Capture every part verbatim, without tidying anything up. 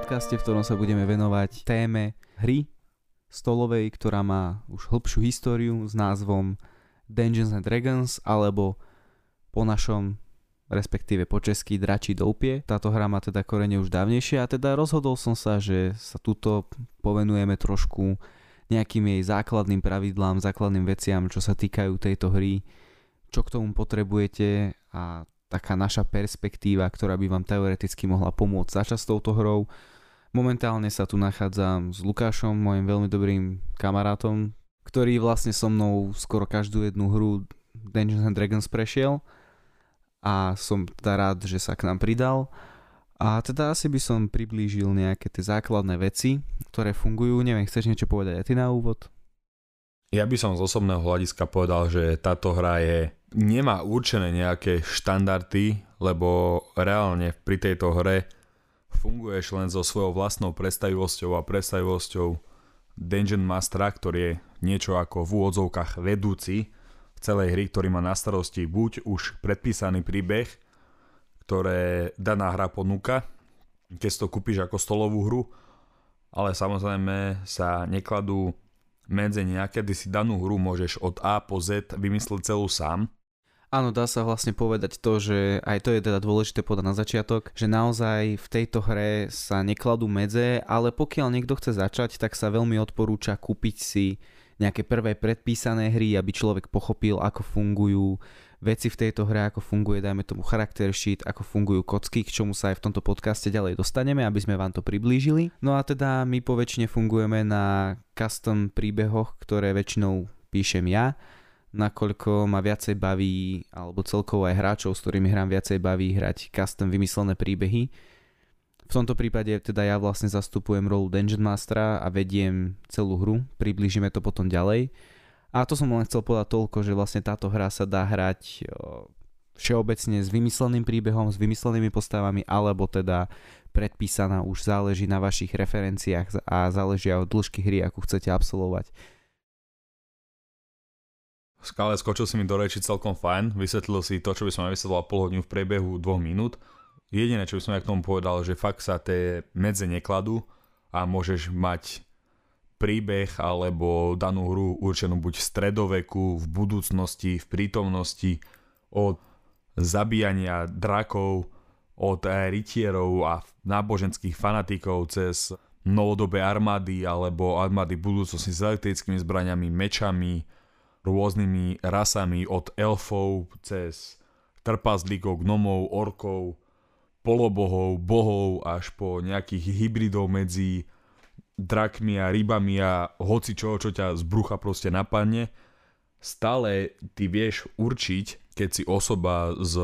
podcaste, v ktorom sa budeme venovať téme hry stolovej, ktorá má už hĺbšiu históriu s názvom Dungeons and Dragons, alebo po našom, respektíve po česky Dračí doupie. Táto hra má teda korene už dávnejšie a teda rozhodol som sa, že sa tuto povenujeme trošku nejakým jej základným pravidlám, základným veciam, čo sa týkajú tejto hry, čo k tomu potrebujete a taká naša perspektíva, ktorá by vám teoreticky mohla pomôcť začať s touto hrou. Momentálne sa tu nachádzam s Lukášom, mojim veľmi dobrým kamarátom, ktorý vlastne so mnou skoro každú jednu hru Dungeons and Dragons prešiel a som teda rád, že sa k nám pridal. A teda asi by som priblížil nejaké tie základné veci, ktoré fungujú. Neviem, chceš niečo povedať aj ty na úvod? Ja by som z osobného hľadiska povedal, že táto hra je, nemá určené nejaké štandardy, lebo reálne pri tejto hre funguješ len so svojou vlastnou predstavivosťou a predstavivosťou Dungeon Mastera, ktorý je niečo ako v úvodzovkách vedúci celej hry, ktorý má na starosti buď už predpísaný príbeh, ktoré daná hra ponúka, keď si to kúpiš ako stolovú hru, ale samozrejme sa nekladú medze nejaké, ty si danú hru môžeš od A po Z vymysleť celú sám. Áno, dá sa vlastne povedať to, že aj to je teda dôležité povedať na začiatok, že naozaj v tejto hre sa nekladú medze, ale pokiaľ niekto chce začať, tak sa veľmi odporúča kúpiť si nejaké prvé predpísané hry, aby človek pochopil, ako fungujú veci v tejto hre, ako funguje, dajme tomu, charakter sheet, ako fungujú kocky, k čomu sa aj v tomto podcaste ďalej dostaneme, aby sme vám to priblížili. No a teda my poväčšine fungujeme na custom príbehoch, ktoré väčšinou píšem ja, nakoľko ma viacej baví, alebo celkovo aj hráčov, s ktorými hrám, viacej baví hrať custom vymyslené príbehy. V tomto prípade teda ja vlastne zastupujem rolu Dungeon Mastera a vediem celú hru, priblížime to potom ďalej. A to som len chcel povedať toľko, že vlastne táto hra sa dá hrať všeobecne s vymysleným príbehom, s vymyslenými postavami, alebo teda predpísaná, už záleží na vašich referenciách a záleží od dĺžky hry, akú chcete absolvovať. Skále, skočil si mi do reči celkom fajn, vysvetlil si to, čo by som aj vysvetloval pol hodinu v priebehu dvoch minút. Jediné, čo by som aj k tomu povedal, že fakt sa tie medze nekladú a môžeš mať príbeh alebo danú hru určenú buď v stredoveku, v budúcnosti, v prítomnosti, od zabíjania drakov, od rytierov a náboženských fanatikov cez novodobé armády alebo armády budúcnosti s elektrickými zbraňami, mečami, rôznymi rasami od elfov cez trpazlíkov, gnomov, orkov, polobohov, bohov až po nejakých hybridov medzi drakmi a rybami a hoci čo, čo ťa z brucha proste napadne. Stále ty vieš určiť, keď si osoba s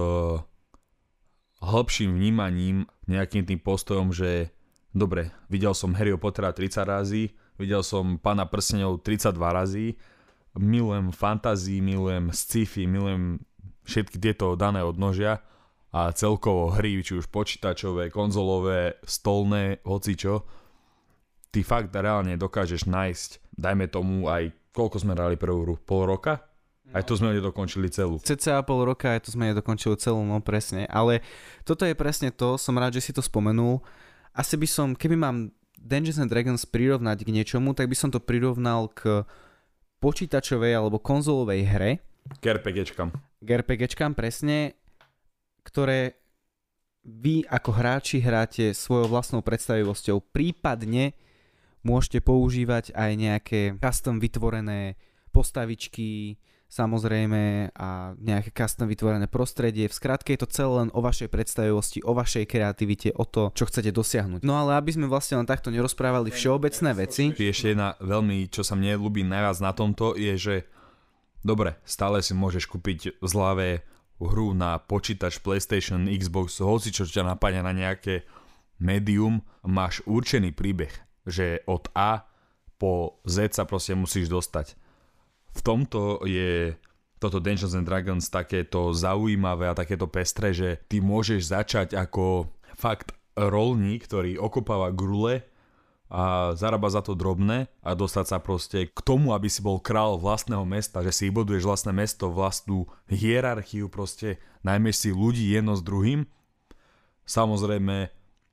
hĺbším vnímaním, nejakým tým postojom, že dobre, videl som Harryho Pottera tridsať razy, videl som Pána prsteňov tridsaťdva razy, milujem fantasy, milujem sci-fi, milujem všetky tieto dané odnožia a celkovo hry, či už počítačové, konzolové, stolné, hocičo, ty fakt reálne dokážeš nájsť, dajme tomu aj, koľko sme hrali prvú hru, pol roka? Aj to sme nedokončili celú. Cca pol roka, aj to sme nedokončili celú, no presne, ale toto je presne to, som rád, že si to spomenul. Asi by som, keby mám Dungeons and Dragons prirovnať k niečomu, tak by som to prirovnal k počítačovej alebo konzolovej hre. K RPGčkam. K RPGčkam, presne, ktoré vy ako hráči hráte svojou vlastnou predstavivosťou. Prípadne môžete používať aj nejaké custom vytvorené postavičky, samozrejme, a nejaké custom vytvorené prostredie. V skratke je to celé len o vašej predstavivosti, o vašej kreativite, o to, čo chcete dosiahnuť. No ale aby sme vlastne len takto nerozprávali všeobecné veci. Ešte jedna veľmi, čo sa mne ľúbi najviac na tomto, je, že dobre, stále si môžeš kúpiť zľavé hru na počítač, PlayStation, Xbox, hoci čo ťa napadne na nejaké médium, máš určený príbeh, že od A po Z sa proste musíš dostať. V tomto je toto Dungeons and Dragons takéto zaujímavé a takéto pestré, že ty môžeš začať ako fakt rolník, ktorý okopáva grule a zarába za to drobné a dostať sa proste k tomu, aby si bol král vlastného mesta, že si vybuduješ vlastné mesto, vlastnú hierarchiu, proste najmeš si ľudí jedno s druhým. Samozrejme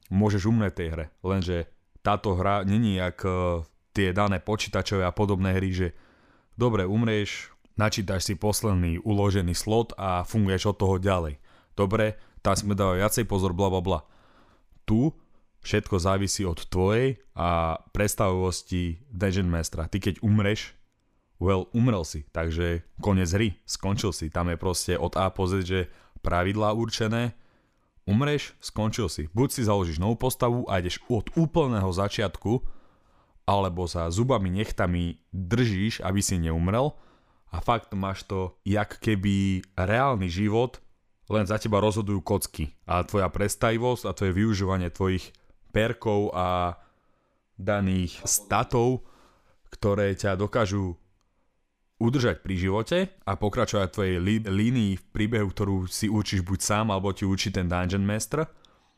môžeš umrieť tej hre. Lenže táto hra není jak uh, tie dané počítačové a podobné hry, že dobre, umrieš, načítaš si posledný uložený slot a funguješ od toho ďalej. Dobre, tam sme dávali viacej pozor, bla bla bla. Tu všetko závisí od tvojej a predstavovosti Dungeon Mastera. Ty keď umreš, well, umrel si, takže koniec hry, skončil si. Tam je proste od A po Z, že pravidlá určené, umreš, skončil si. Buď si založíš novú postavu a ideš od úplného začiatku, alebo sa zubami, nechtami držíš, aby si neumrel a fakt máš to, jak keby reálny život, len za teba rozhodujú kocky a tvoja predstavivosť a tvoje využívanie tvojich perkov a daných statov, ktoré ťa dokážu udržať pri živote a pokračovať tvojej lí- línii v príbehu, ktorú si učíš buď sám, alebo ti učí ten Dungeon Master.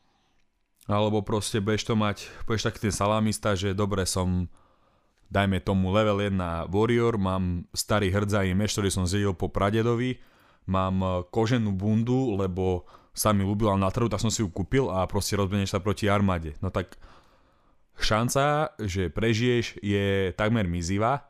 Alebo proste budeš to mať, budeš taký ten salamista, že dobre som, dajme tomu level jeden warrior, mám starý hrdzavý meš, ktorý som zjedil po pradedovi, mám koženú bundu, lebo sa mi ľúbila na trhu, tak som si ju kúpil a proste rozbehneš sa proti armáde. No tak šanca, že prežiješ, je takmer mizivá,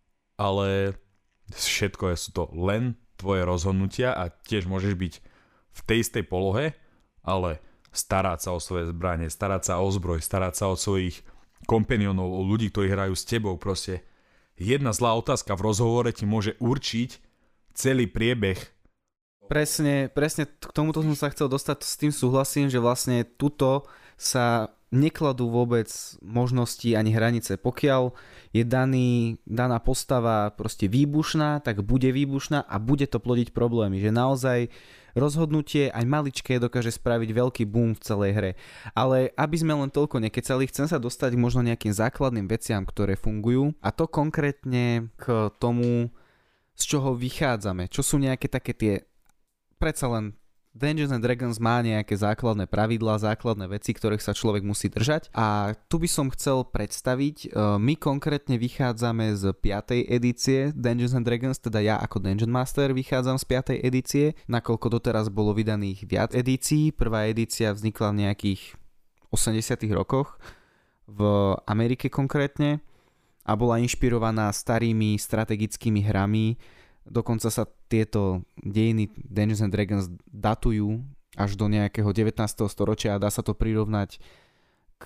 ale všetko sú to len tvoje rozhodnutia a tiež môžeš byť v tej istej polohe, ale starať sa o svoje zbranie, starať sa o zbroj, starať sa o svojich kompanionov, o ľudí, ktorí hrajú s tebou. Proste jedna zlá otázka v rozhovore ti môže určiť celý priebeh. Presne, presne k tomuto som sa chcel dostať, s tým súhlasím, že vlastne tuto sa nekladú vôbec možnosti ani hranice. Pokiaľ je daný, daná postava proste výbušná, tak bude výbušná a bude to plodiť problémy. Že naozaj rozhodnutie aj maličké dokáže spraviť veľký boom v celej hre. Ale aby sme len toľko nekecali, chcem sa dostať možno nejakým základným veciam, ktoré fungujú. A to konkrétne k tomu, z čoho vychádzame. Čo sú nejaké také tie, predsa len Dungeons and Dragons má nejaké základné pravidlá, základné veci, ktorých sa človek musí držať. A tu by som chcel predstaviť, my konkrétne vychádzame z piatej edície Dungeons and Dragons, teda ja ako Dungeon Master vychádzam z piatej edície, nakoľko doteraz bolo vydaných viac edícií. Prvá edícia vznikla v nejakých osemdesiatych rokoch v Amerike konkrétne a bola inšpirovaná starými strategickými hrami. Dokonca sa tieto dejiny Dungeons and Dragons datujú až do nejakého devätnásteho storočia a dá sa to prirovnať k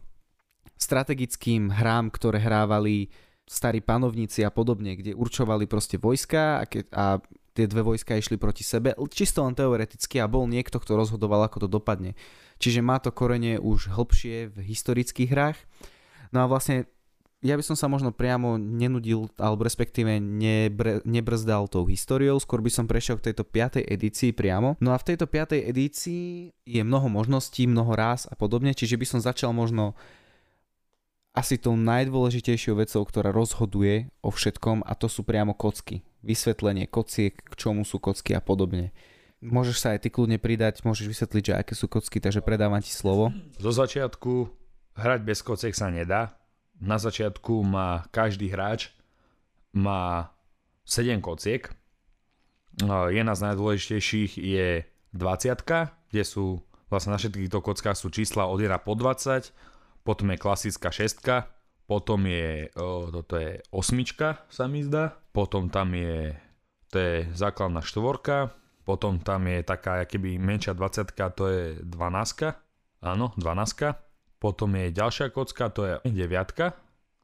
strategickým hrám, ktoré hrávali starí panovníci a podobne, kde určovali proste vojska a, ke- a tie dve vojska išli proti sebe, čisto len teoreticky a bol niekto, kto rozhodoval, ako to dopadne. Čiže má to korene už hlbšie v historických hrách. No a vlastne ja by som sa možno priamo nenudil, alebo respektíve nebr- nebrzdal tou históriou, skôr by som prešiel k tejto piatej edícii priamo. No a v tejto piatej edícii je mnoho možností, mnoho ráz a podobne, čiže by som začal možno asi tou najdôležitejšou vecou, ktorá rozhoduje o všetkom, a to sú priamo kocky. Vysvetlenie kociek, k čomu sú kocky a podobne. Môžeš sa aj ty kľudne pridať, môžeš vysvetliť, že aké sú kocky, takže predávam ti slovo. Zo začiatku hrať bez kociek sa nedá. Na začiatku má každý hráč má sedem kociek. Jedna z najdôležitejších je dvadsiatka, kde sú vlastne na všetkých týchto kockách sú čísla od jeden po dvadsať, potom je klasická šestka, potom je, o, toto je osmička, sa mi zdá, potom tam je, to je základná štvorka, potom tam je taká keby menšia dvadsiatka, to je dvanástka, áno, dvanástka. Potom je ďalšia kocka, to je deviatka.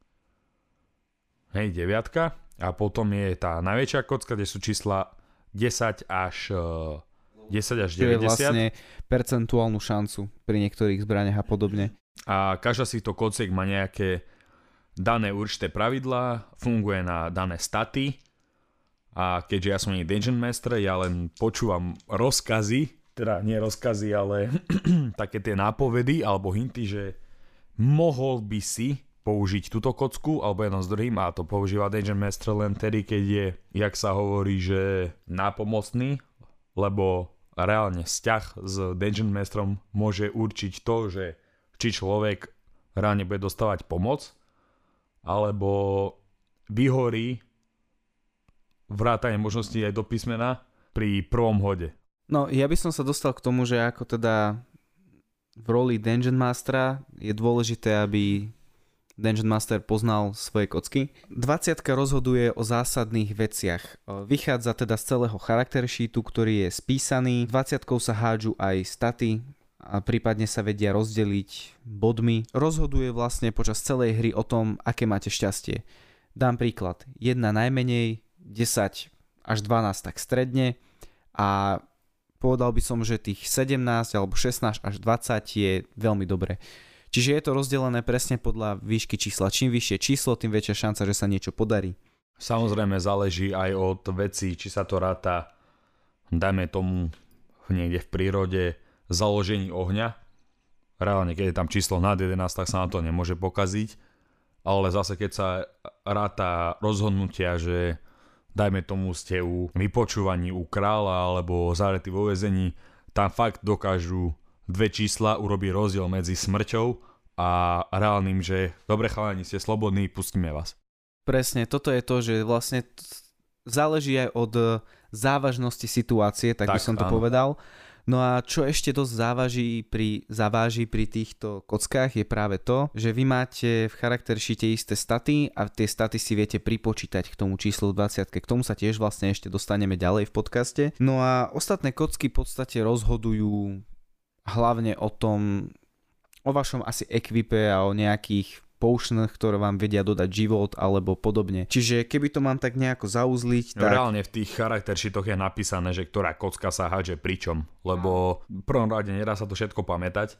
Hej, deviatka. A potom je tá najväčšia kocka, kde sú čísla desať až desať až deväťdesiat. To je vlastne percentuálnu šancu pri niektorých zbraniach a podobne. A každá z týchto kociek má nejaké dané určité pravidlá, funguje na dané staty. A keďže ja som nie Dungeon Master, ja len počúvam rozkazy, teda nie rozkazy, ale také tie nápovedy alebo hinty, že mohol by si použiť túto kocku alebo jedno s druhým, a to používa Dungeon Master len tedy, keď je, jak sa hovorí, že nápomocný, lebo reálne vzťah s Dungeon Masterom môže určiť to, že či človek reálne bude dostávať pomoc alebo vyhorí vrátane možností aj do písmena pri prvom hode. No, ja by som sa dostal k tomu, že ako teda v roli Dungeon Mastera je dôležité, aby Dungeon Master poznal svoje kocky. dvadsiatka rozhoduje o zásadných veciach. Vychádza teda z celého charakter sheetu, ktorý je spísaný. dvadsiatkou sa hádžu aj staty a prípadne sa vedia rozdeliť bodmi. Rozhoduje vlastne počas celej hry o tom, aké máte šťastie. Dám príklad. jedna najmenej, desať až dvanásť tak stredne a povedal by som, že tých sedemnásť alebo šestnásť až dvadsať je veľmi dobré. Čiže je to rozdelené presne podľa výšky čísla. Čím vyššie číslo, tým väčšia šanca, že sa niečo podarí. Samozrejme záleží aj od vecí, či sa to ráta, dajme tomu niekde v prírode, založení ohňa. Reálne, keď je tam číslo nad jedenásť, tak sa na to nemôže pokaziť. Ale zase, keď sa ráta rozhodnutia, že dajme tomu ste u vypočúvaní u kráľa alebo záretí vo väzení, tam fakt dokážu dve čísla urobiť rozdiel medzi smrťou a reálnym, že dobre chalani, ste slobodní, pustíme vás. Presne, toto je to, že vlastne t- záleží aj od závažnosti situácie, tak, tak by som to áno. povedal. No a čo ešte dosť závaží pri, zaváži pri týchto kockách je práve to, že vy máte v charakter sheete isté staty a tie staty si viete pripočítať k tomu číslu dvadsiatke. K tomu sa tiež vlastne ešte dostaneme ďalej v podcaste. No a ostatné kocky v podstate rozhodujú hlavne o tom, o vašom asi ekvipe a o nejakých potionoch, ktoré vám vedia dodať život alebo podobne. Čiže keby to mám tak nejako zauzliť, no, tak... Reálne v tých charakter sheetoch je napísané, že ktorá kocka sa hádže pričom, lebo v prvom rade nedá sa to všetko pamätať.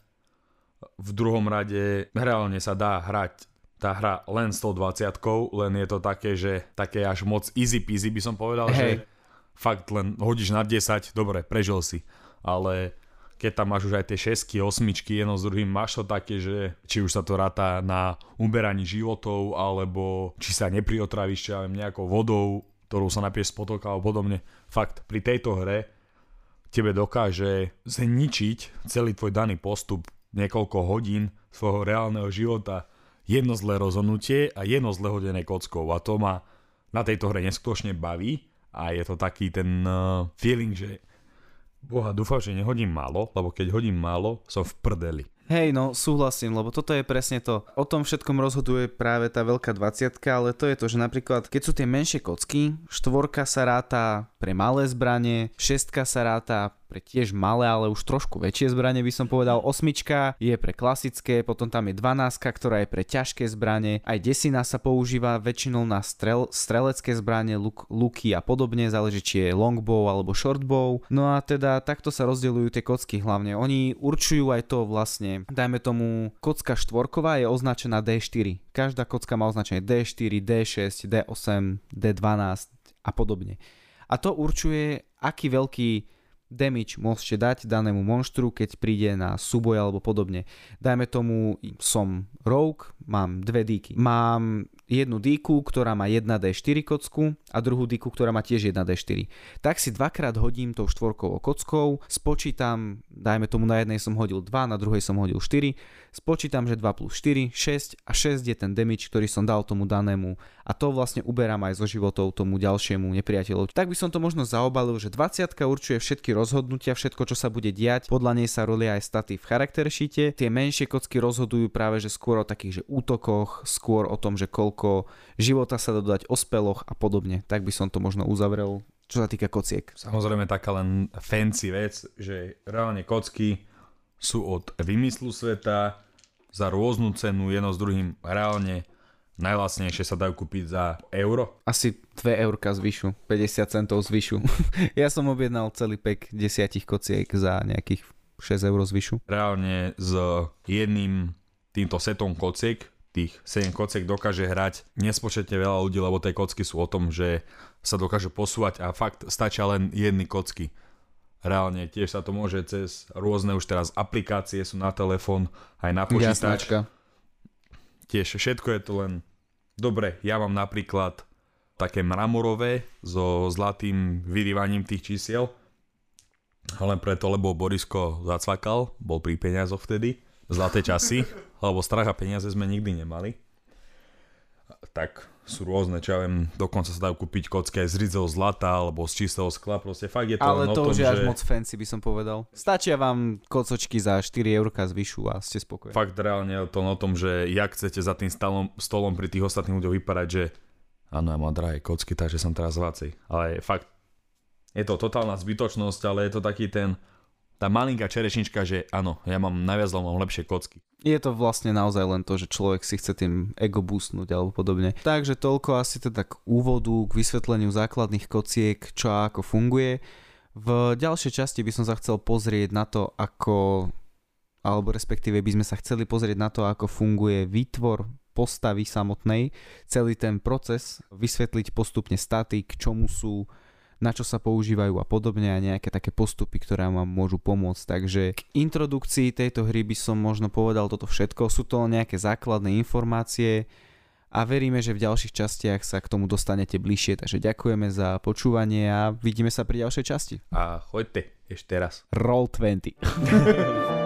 V druhom rade reálne sa dá hrať tá hra len s tou dvadsiatkou, len je to také, že také až moc easy peasy by som povedal, hey. Že fakt len hodíš na desať, dobre, prežil si, ale keď tam máš už aj tie šesky, osmičky, jedno s druhým, máš to také, že či už sa to ráta na uberaní životov, alebo či sa nepriotravíš čo ja viem, nejakou vodou, ktorou sa napieš z potoka a podobne. Fakt, pri tejto hre tebe dokáže zničiť celý tvoj daný postup niekoľko hodín svojho reálneho života jedno zlé rozhodnutie a jedno zlé hodené kockou. A to ma na tejto hre neskutočne baví a je to taký ten uh, feeling, že boha, dúfam, že nehodím málo, lebo keď hodím málo, som v prdeli. Hej, no súhlasím, lebo toto je presne to. O tom všetkom rozhoduje práve tá veľká dvadsiatka, ale to je to, že napríklad, keď sú tie menšie kocky, štvorka sa ráta pre malé zbranie, šestka sa ráta pre tiež malé, ale už trošku väčšie zbranie by som povedal. Osmička je pre klasické, potom tam je dvanáctka, ktorá je pre ťažké zbranie. Aj desina sa používa väčšinou na strel, strelecké zbranie, luk, luky a podobne, záleží či je longbow alebo shortbow. No a teda takto sa rozdeľujú tie kocky hlavne. Oni určujú aj to vlastne, dajme tomu, kocka štvorková je označená dé štyri. Každá kocka má označenie dé štyri, dé šesť, dé osem, dé dvanásť a podobne. A to určuje, aký veľký damage môžete dať danému monštru, keď príde na súboj alebo podobne. Dajme tomu, som rogue, mám dve díky. Mám jednu díku, ktorá má jedna dé štyri kocku a druhú díku, ktorá má tiež jedna dé štyri. Tak si dvakrát hodím tou štvorkovou kockou, spočítam, dajme tomu na jednej som hodil dva, na druhej som hodil štyri, spočítam, že dva plus štyri, šesť a šesť je ten damage, ktorý som dal tomu danému a to vlastne uberám aj zo životov tomu ďalšiemu nepriateľovi. Tak by som to možno zaobalil, že dvadsiatka určuje všetky rozhodnutia, všetko, čo sa bude diať, podľa nej sa rolia aj staty v charakter sheete. Tie menšie kocky rozhodujú práve že skôr o takých že útokoch, skôr o tom, že koľko života sa dá dodať o speloch a podobne. Tak by som to možno uzavrel, čo sa týka kociek. Samozrejme taká len fancy vec, že reálne kocky sú od vymyslu sveta za rôznu cenu, jedno s druhým reálne najlacnejšie sa dajú kúpiť za euro. Asi dve eurka zvyšu, päťdesiat centov zvyšu. Ja som objednal celý pack desiatich kociek za nejakých šesť eur zvyšu. Reálne s jedným týmto setom kociek, tých sedem kociek dokáže hrať nespočetne veľa ľudí, lebo tie kocky sú o tom, že sa dokáže posúvať a fakt stačia len jedny kocky. Reálne tiež sa to môže cez rôzne už teraz aplikácie sú na telefón, aj na počítač. Jasnačka. Tiež všetko je to len dobre. Ja mám napríklad také mramorové so zlatým vyrývaním tých čísiel. Len preto, lebo Borisko zacvakal, bol pri peniazoch vtedy. Zlaté časy, lebo strach a peniaze sme nikdy nemali. tak sú rôzne, čo ja viem, dokonca sa dajú kúpiť kocky aj z rydzého zlata alebo z čistého skla, proste fakt je to ale len o to tom, už je až že... moc fancy, by som povedal. Stačia vám kocočky za štyri eurka zvyšu a ste spokojní. Fakt reálne je to len o tom, že jak chcete za tým stolom, stolom pri tých ostatných ľuďoch vypadať, že áno, ja mám drahé kocky, takže som teraz vácej. Ale fakt, je to totálna zbytočnosť, ale je to taký ten, tá malinká čerešnička, že áno, ja mám najviac, mám lepšie kocky. Je to vlastne naozaj len to, že človek si chce tým ego boostnúť alebo podobne. Takže toľko asi teda k úvodu, k vysvetleniu základných kociek, čo a ako funguje. V ďalšej časti by som sa chcel pozrieť na to, ako, alebo respektíve by sme sa chceli pozrieť na to, ako funguje výtvor postavy samotnej, celý ten proces, vysvetliť postupne staty, k čomu sú, na čo sa používajú a podobne a nejaké také postupy, ktoré vám môžu pomôcť. Takže k introdukcii tejto hry by som možno povedal toto všetko. Sú to nejaké základné informácie a veríme, že v ďalších častiach sa k tomu dostanete bližšie. Takže ďakujeme za počúvanie a vidíme sa pri ďalšej časti. A choďte ešte raz. Roll dvadsať.